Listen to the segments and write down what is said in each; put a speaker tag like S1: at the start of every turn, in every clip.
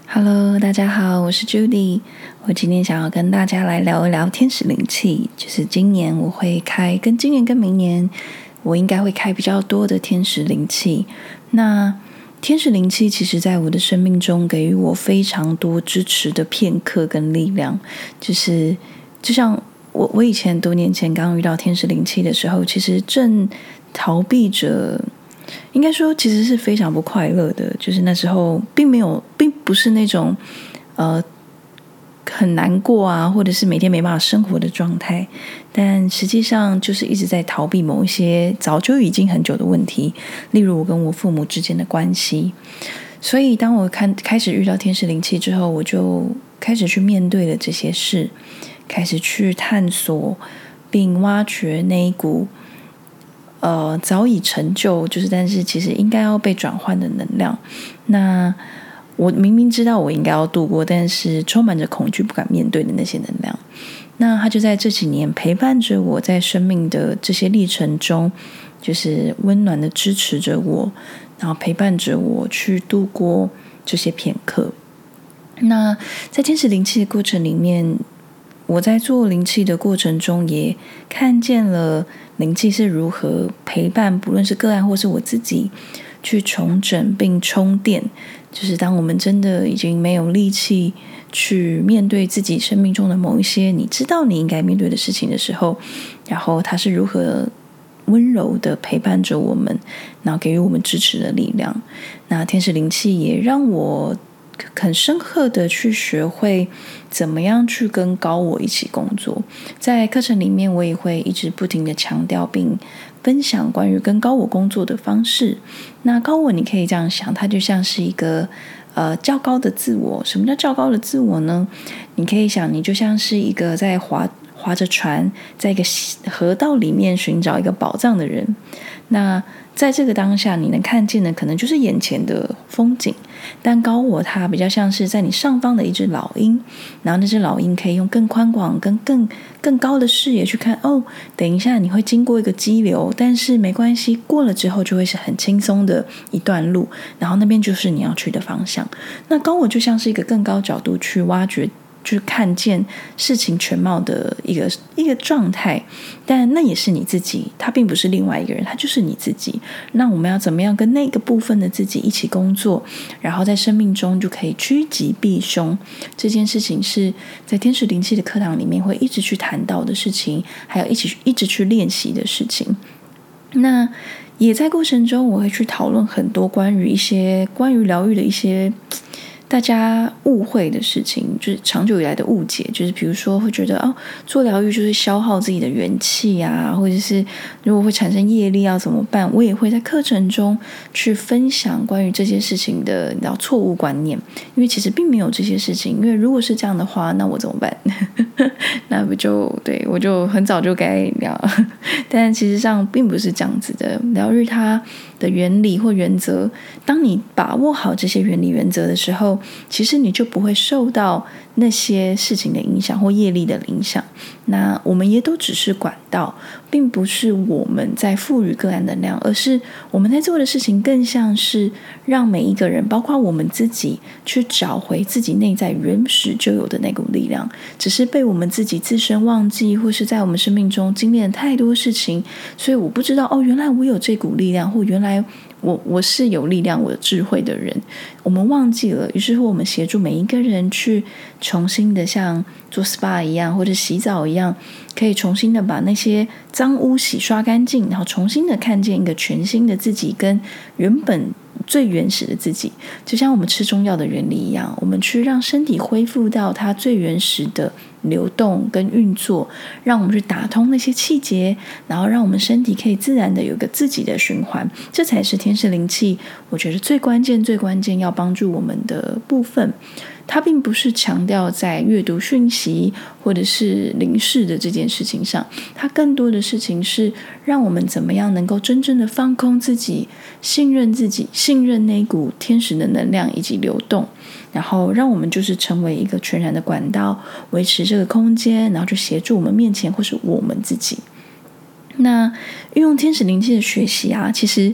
S1: Hello，大家好，我是 Judy。我今天想要跟大家来聊一聊天使灵气，就是今年我会开，跟今年跟明年我应该会开比较多的天使灵气。那天使灵气其实在我的生命中给予我非常多支持的片刻跟力量，就像我以前多年前刚遇到天使灵气的时候，其实正逃避着，应该说其实是非常不快乐的，就是那时候并不是那种很难过啊，或者是每天没办法生活的状态，但实际上就是一直在逃避某一些早就已经很久的问题，例如我跟我父母之间的关系。所以当我开始遇到天使灵气之后，我就开始去面对了这些事，开始去探索并挖掘那一股早已成就，但是其实应该要被转换的能量。那我明明知道我应该要度过，但是充满着恐惧不敢面对的那些能量，那它就在这几年陪伴着我在生命的这些历程中，就是温暖的支持着我，然后陪伴着我去度过这些片刻。那在天使灵气的过程里面，我在做灵气的过程中也看见了灵气是如何陪伴不论是个案或是我自己去重整并充电，就是当我们真的已经没有力气去面对自己生命中的某一些你知道你应该面对的事情的时候，然后它是如何温柔的陪伴着我们，然后给予我们支持的力量。那天使灵气也让我很深刻的去学会怎么样去跟高我一起工作。在课程里面我也会一直不停的强调并分享关于跟高我工作的方式。那高我你可以这样想，它就像是一个较高的自我。什么叫较高的自我呢？你可以想，你就像是一个在划着船在一个河道里面寻找一个宝藏的人。那在这个当下你能看见的可能就是眼前的风景，但高我它比较像是在你上方的一只老鹰，然后那只老鹰可以用更宽广跟更高的视野去看，等一下你会经过一个激流，但是没关系，过了之后就会是很轻松的一段路，然后那边就是你要去的方向。那高我就像是一个更高角度去挖掘，去看见事情全貌的一个状态，但那也是你自己，它并不是另外一个人，它就是你自己。那我们要怎么样跟那个部分的自己一起工作，然后在生命中就可以趋吉避凶，这件事情是在天使灵气的课堂里面会一直去谈到的事情，还有一直去练习的事情。那也在过程中我会去讨论很多关于疗愈的一些大家误会的事情，就是长久以来的误解，就是比如说会觉得做疗愈就是消耗自己的元气啊，或者是如果会产生业力要怎么办。我也会在课程中去分享关于这些事情的错误观念，因为其实并没有这些事情，因为如果是这样的话，那我怎么办？那不就对我就很早就该聊，但其实上并不是这样子的。疗愈它的原理或原则，当你把握好这些原理原则的时候，其实你就不会受到那些事情的影响或业力的影响。那我们也都只是管道，并不是我们在赋予个案能量，而是我们在做的事情更像是让每一个人包括我们自己去找回自己内在原始就有的那股力量，只是被我们自己自身忘记，或是在我们生命中经历了太多事情，所以我不知道原来我有这股力量，或原来我是有力量我的智慧的人，我们忘记了。于是乎我们协助每一个人去重新的像做 SPA 一样，或者洗澡一样，可以重新的把那些脏污洗刷干净，然后重新的看见一个全新的自己，跟原本最原始的自己。就像我们吃中药的原理一样，我们去让身体恢复到它最原始的流动跟运作，让我们去打通那些气节，然后让我们身体可以自然的有一个自己的循环。这才是天使灵气我觉得最关键要帮助我们的部分。它并不是强调在阅读讯息或者是灵视的这件事情上，它更多的事情是让我们怎么样能够真正的放空自己，信任那股天使的能量以及流动，然后让我们就是成为一个全然的管道，维持这个空间，然后去协助我们面前或是我们自己。那运用天使灵气的学习啊，其实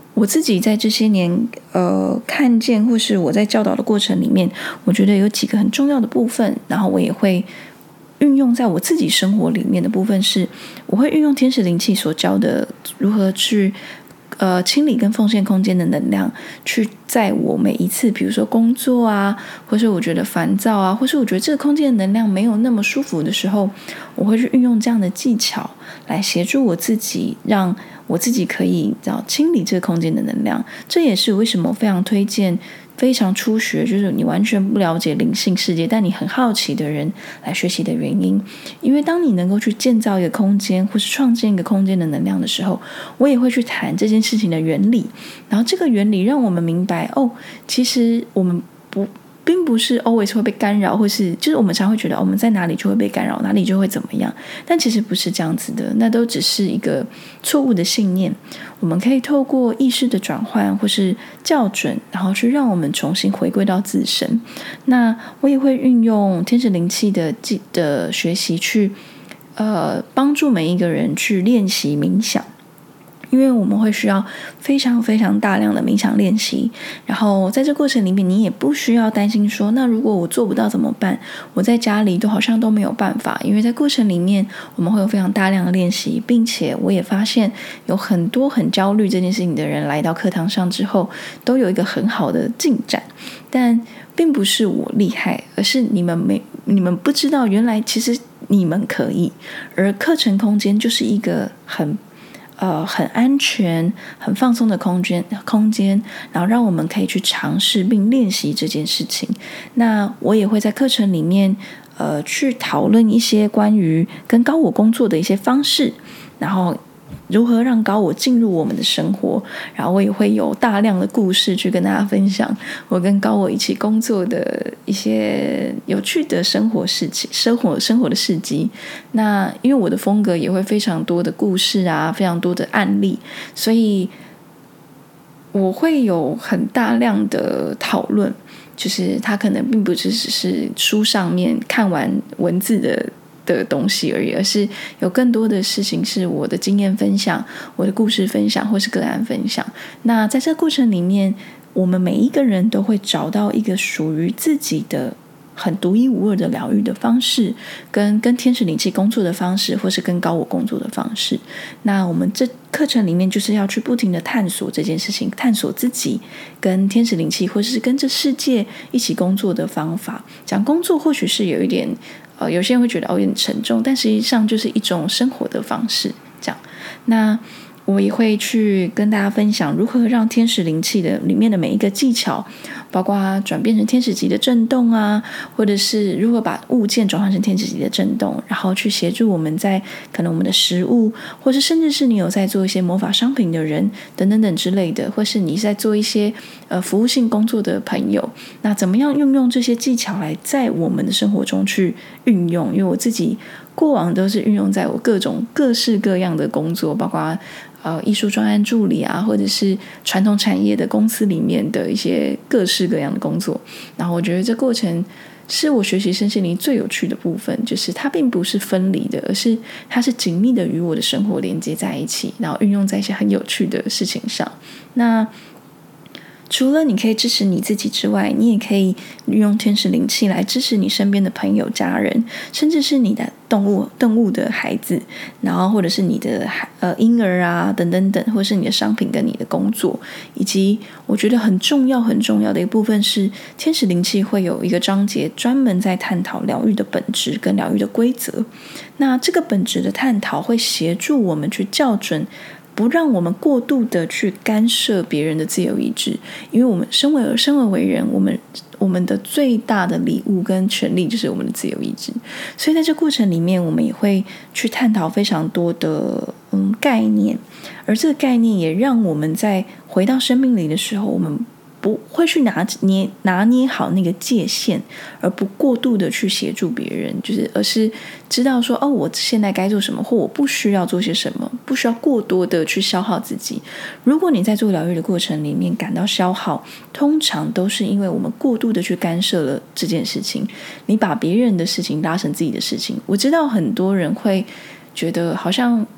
S1: 我自己在这些年看见或是我在教导的过程里面，我觉得有几个很重要的部分，然后我也会运用在我自己生活里面的部分是，我会运用天使灵气所教的如何去清理跟奉献空间的能量，去在我每一次比如说工作啊，或是我觉得烦躁啊，或是我觉得这个空间的能量没有那么舒服的时候，我会去运用这样的技巧来协助我自己，让我自己可以清理这个空间的能量。这也是为什么我非常推荐非常初学，就是你完全不了解灵性世界但你很好奇的人来学习的原因。因为当你能够去建造一个空间或是创建一个空间的能量的时候，我也会去谈这件事情的原理，然后这个原理让我们明白其实我们并不是 always 会被干扰，或是就是我们常会觉得我们在哪里就会被干扰，哪里就会怎么样，但其实不是这样子的，那都只是一个错误的信念。我们可以透过意识的转换或是校准，然后去让我们重新回归到自身。那我也会运用天使灵气的学习去帮助每一个人去练习冥想，因为我们会需要非常非常大量的冥想练习，然后在这过程里面你也不需要担心说那如果我做不到怎么办，我在家里好像都没有办法，因为在过程里面我们会有非常大量的练习，并且我也发现有很多很焦虑这件事情的人来到课堂上之后都有一个很好的进展，但并不是我厉害，而是你们不知道原来其实你们可以，而课程空间就是一个很安全很放松的空间，然后让我们可以去尝试并练习这件事情。那我也会在课程里面去讨论一些关于跟高我工作的一些方式，然后如何让高我进入我们的生活，然后我也会有大量的故事去跟大家分享我跟高我一起工作的一些有趣的生活事情，生活的事迹。那因为我的风格也会非常多的故事啊，非常多的案例，所以我会有很大量的讨论，就是它可能并不只是书上面看完文字的东西而已，而是有更多的事情是我的经验分享，我的故事分享，或是个案分享。那在这个过程里面，我们每一个人都会找到一个属于自己的很独一无二的疗愈的方式，跟天使灵气工作的方式，或是跟高我工作的方式。那我们这课程里面就是要去不停的探索这件事情，探索自己跟天使灵气或是跟这世界一起工作的方法。讲工作或许是有一点有些人会觉得有点沉重，但实际上就是一种生活的方式这样。那我也会去跟大家分享如何让天使灵气的里面的每一个技巧，包括转变成天使级的震动啊，或者是如何把物件转换成天使级的震动，然后去协助我们在可能我们的食物，或是甚至是你有在做一些魔法商品的人等等等之类的，或是你在做一些服务性工作的朋友，那怎么样运用这些技巧来在我们的生活中去运用。因为我自己过往都是运用在我各式各样的工作，包括艺术专案助理啊，或者是传统产业的公司里面的一些各式各样的工作。然后我觉得这过程是我学习身心灵最有趣的部分，就是它并不是分离的，而是它是紧密的与我的生活连接在一起，然后运用在一些很有趣的事情上。那除了你可以支持你自己之外，你也可以运用天使灵气来支持你身边的朋友、家人，甚至是你的动物的孩子，然后或者是你的婴儿啊等等等，或者是你的商品跟你的工作。以及我觉得很重要的一部分是，天使灵气会有一个章节专门在探讨疗愈的本质跟疗愈的规则。那这个本质的探讨会协助我们去校准，不让我们过度的去干涉别人的自由意志。因为我们生而为人，我们的最大的礼物跟权利就是我们的自由意志。所以在这过程里面，我们也会去探讨非常多的概念，而这个概念也让我们在回到生命里的时候，我们不会去拿捏好那个界限，而不过度的去协助别人，而是知道说我现在该做什么，或我不需要做些什么，不需要过多的去消耗自己。如果你在做疗愈的过程里面感到消耗，通常都是因为我们过度的去干涉了这件事情，你把别人的事情拉成自己的事情。我知道很多人会觉得好像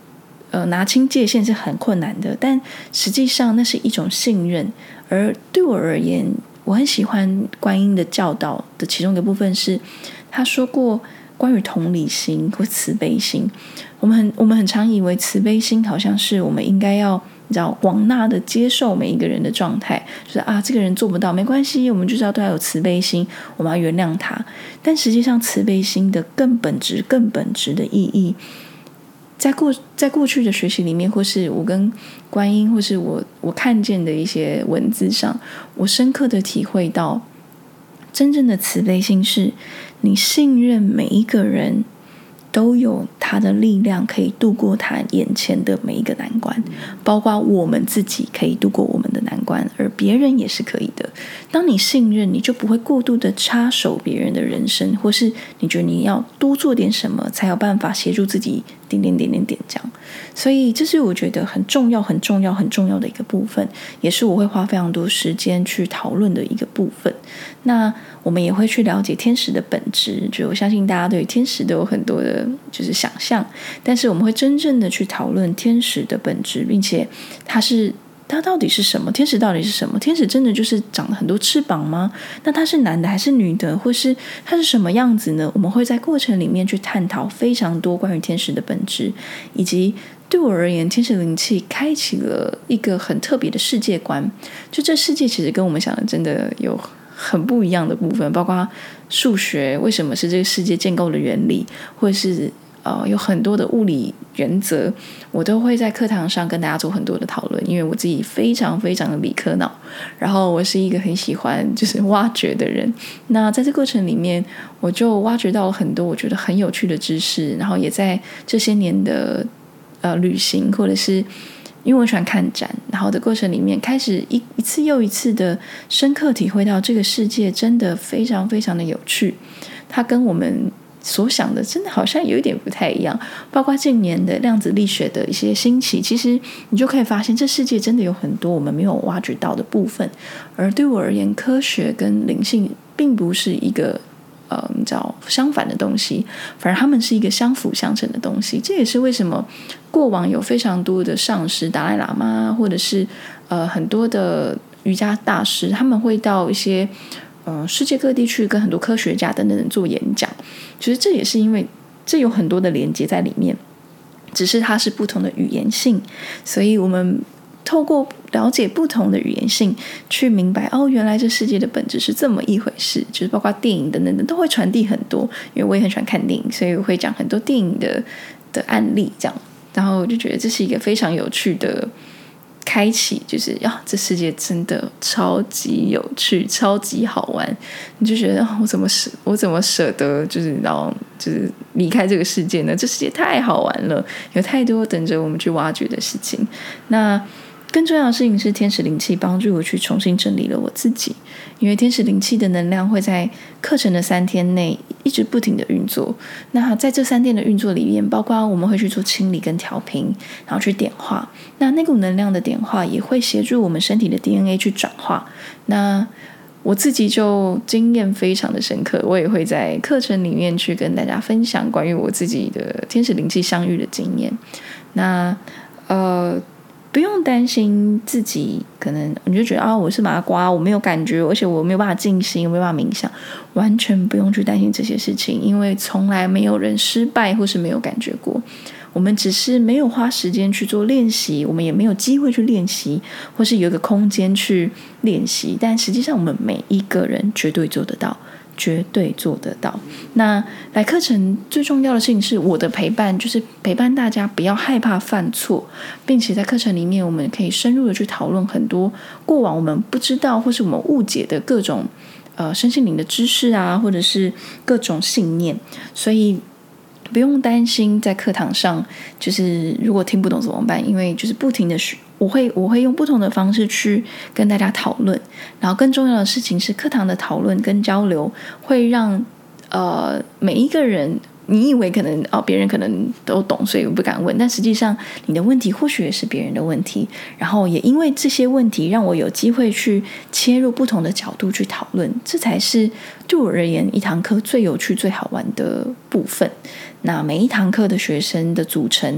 S1: 拿清界限是很困难的，但实际上那是一种信任。而对我而言，我很喜欢观音的教导的其中一个部分是，他说过关于同理心或慈悲心。我们很常以为慈悲心好像是我们应该要你知道广纳的接受每一个人的状态，就是这个人做不到没关系，我们就是要对他有慈悲心，我们要原谅他。但实际上慈悲心的更本质的意义，在过去的学习里面，或是我跟观音，或是我看见的一些文字上，我深刻的体会到，真正的慈悲心是你信任每一个人都有他的力量可以度过他眼前的每一个难关，包括我们自己可以度过我们的难关，而别人也是可以的。当你信任，你就不会过度的插手别人的人生，或是你觉得你要多做点什么才有办法协助自己点这样。所以这是我觉得很重要的一个部分，也是我会花非常多时间去讨论的一个部分。那我们也会去了解天使的本质，就我相信大家对天使都有很多的就是想象，但是我们会真正的去讨论天使的本质，并且它到底是什么？天使到底是什么？天使真的就是长了很多翅膀吗？那它是男的还是女的？或是它是什么样子呢？我们会在过程里面去探讨非常多关于天使的本质，以及对我而言，天使灵气开启了一个很特别的世界观。就这世界其实跟我们想的真的有很不一样的部分，包括数学为什么是这个世界建构的原理，或者是有很多的物理原则，我都会在课堂上跟大家做很多的讨论。因为我自己非常的理科脑，然后我是一个很喜欢就是挖掘的人。那在这过程里面，我就挖掘到了很多我觉得很有趣的知识，然后也在这些年的旅行，或者是因为我喜欢看展，然后的过程里面开始一次又一次的深刻体会到这个世界真的非常的有趣，它跟我们所想的真的好像有一点不太一样。包括近年的量子力学的一些兴起，其实你就可以发现这世界真的有很多我们没有挖掘到的部分。而对我而言，科学跟灵性并不是一个你知道相反的东西，反而他们是一个相辅相成的东西。这也是为什么过往有非常多的上师达赖喇嘛，或者是很多的瑜伽大师，他们会到一些世界各地去跟很多科学家等等做演讲。其实这也是因为这有很多的连接在里面，只是它是不同的语言性，所以我们透过了解不同的语言性去明白原来这世界的本质是这么一回事。就是包括电影等等都会传递很多，因为我也很喜欢看电影，所以我会讲很多电影的案例这样。然后我就觉得这是一个非常有趣的开启，就是这世界真的超级有趣，超级好玩。你就觉得我怎么舍得就是离开这个世界呢？这世界太好玩了，有太多等着我们去挖掘的事情。那更重要的事情是，天使灵气帮助我去重新整理了我自己。因为天使灵气的能量会在课程的3天内一直不停的运作。那在这3天的运作里面，包括我们会去做清理跟调频，然后去点化。那股能量的点化也会协助我们身体的 DNA 去转化。那我自己就经验非常的深刻，我也会在课程里面去跟大家分享关于我自己的天使灵气相遇的经验。那不用担心自己可能你就觉得我是麻瓜，我没有感觉，而且我没有办法静心，我没有办法冥想，完全不用去担心这些事情。因为从来没有人失败或是没有感觉过，我们只是没有花时间去做练习，我们也没有机会去练习，或是有一个空间去练习。但实际上我们每一个人绝对做得到，绝对做得到。那来课程最重要的事情是我的陪伴，就是陪伴大家不要害怕犯错，并且在课程里面我们可以深入的去讨论很多过往我们不知道或是我们误解的各种身心灵的知识啊，或者是各种信念。所以不用担心在课堂上就是如果听不懂怎么办，因为就是不停的我会用不同的方式去跟大家讨论。然后更重要的事情是，课堂的讨论跟交流会让每一个人，你以为可能别人可能都懂，所以我不敢问，但实际上你的问题或许也是别人的问题。然后也因为这些问题让我有机会去切入不同的角度去讨论，这才是对我而言一堂课最有趣最好玩的部分。那每一堂课的学生的组成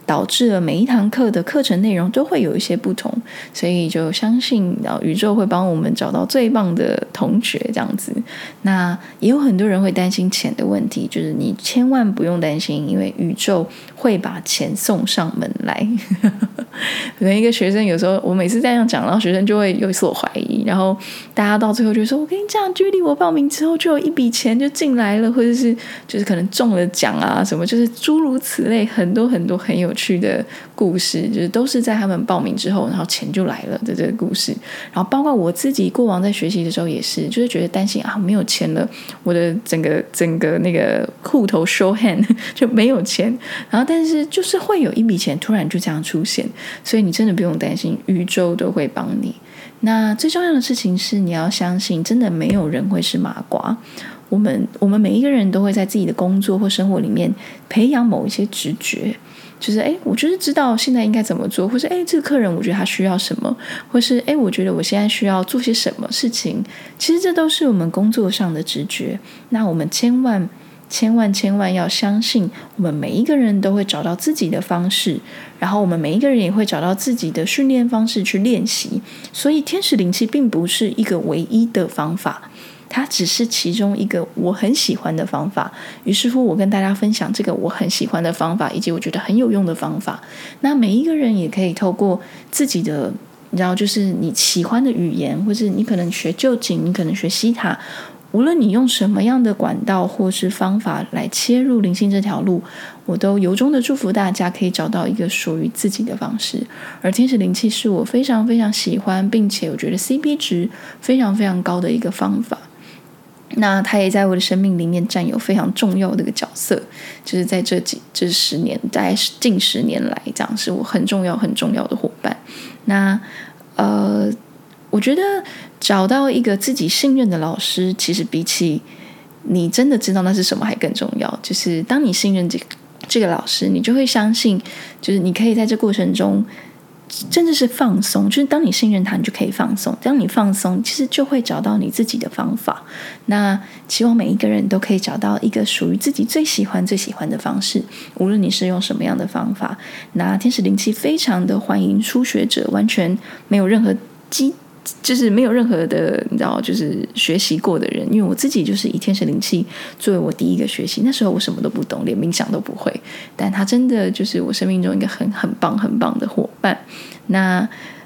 S1: 导致了每一堂课的课程内容都会有一些不同，所以就相信宇宙会帮我们找到最棒的同学这样子。那也有很多人会担心钱的问题，就是你千万不用担心，因为宇宙会把钱送上门来。可能一个学生有时候我每次这样讲，然后学生就会有所怀疑，然后大家到最后就说，我跟你讲 Judy 我报名之后就有一笔钱就进来了，或者是就是可能中了奖啊什么，就是诸如此类很多很多很有趣的故事，就是都是在他们报名之后然后钱就来了的这个故事。然后包括我自己过往在学习的时候也是，就是觉得担心没有钱了，我的整个那个户头 show hand 就没有钱，然后但是就是会有一笔钱突然就这样出现，所以你真的不用担心，宇宙都会帮你。那最重要的事情是你要相信，真的没有人会是麻瓜。我们每一个人都会在自己的工作或生活里面培养某一些直觉，就是我就是知道现在应该怎么做，或是这个客人我觉得他需要什么，或是我觉得我现在需要做些什么事情，其实这都是我们工作上的直觉。那我们千万要相信，我们每一个人都会找到自己的方式，然后我们每一个人也会找到自己的训练方式去练习。所以天使灵气并不是一个唯一的方法，它只是其中一个我很喜欢的方法。于是乎我跟大家分享这个我很喜欢的方法，以及我觉得很有用的方法。那每一个人也可以透过自己的你知道就是你喜欢的语言，或是你可能学臼井，你可能学西塔，无论你用什么样的管道或是方法来切入灵性这条路，我都由衷的祝福大家可以找到一个属于自己的方式。而天使灵气是我非常非常喜欢，并且我觉得 CP 值非常非常高的一个方法。那它也在我的生命里面占有非常重要的一个角色，就是在这10年，大概近10年来这样，是我很重要很重要的伙伴。那我觉得找到一个自己信任的老师，其实比起你真的知道那是什么还更重要。就是当你信任这个老师，你就会相信，就是你可以在这过程中甚至是放松，就是当你信任他，你就可以放松。当你放松，其实就会找到你自己的方法。那希望每一个人都可以找到一个属于自己最喜欢的方式，无论你是用什么样的方法。那天使灵气非常的欢迎初学者，完全没有任何就是没有任何的你知道就是学习过的人。因为我自己就是以天使灵气作为我第一个学习，那时候我什么都不懂，连冥想都不会，但他真的就是我生命中一个很棒很棒的伙伴。那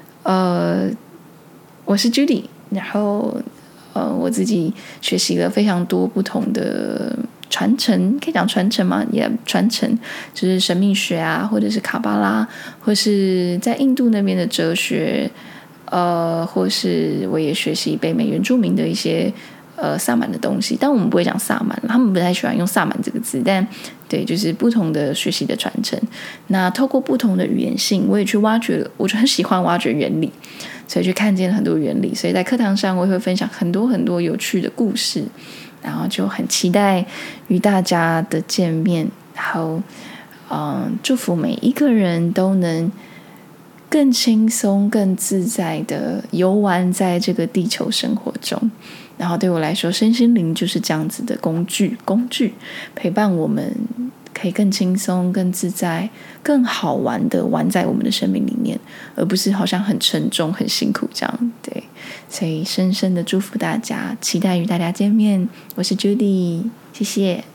S1: 我是 Judy， 然后我自己学习了非常多不同的传承，可以讲传承吗？也传承，就是神秘学啊，或者是卡巴拉，或是在印度那边的哲学，或是我也学习北美原住民的一些萨满的东西，但我们不会讲萨满，他们不太喜欢用萨满这个字，但对，就是不同的学习的传承。那透过不同的语言性，我也去挖掘了，我就很喜欢挖掘原理，所以去看见了很多原理。所以在课堂上我也会分享很多很多有趣的故事，然后就很期待与大家的见面，然后祝福每一个人都能更轻松更自在的游玩在这个地球生活中。然后对我来说，身心灵就是这样子的工具陪伴我们可以更轻松更自在更好玩的玩在我们的生命里面，而不是好像很沉重很辛苦这样。对，所以深深的祝福大家，期待与大家见面。我是 Judy， 谢谢。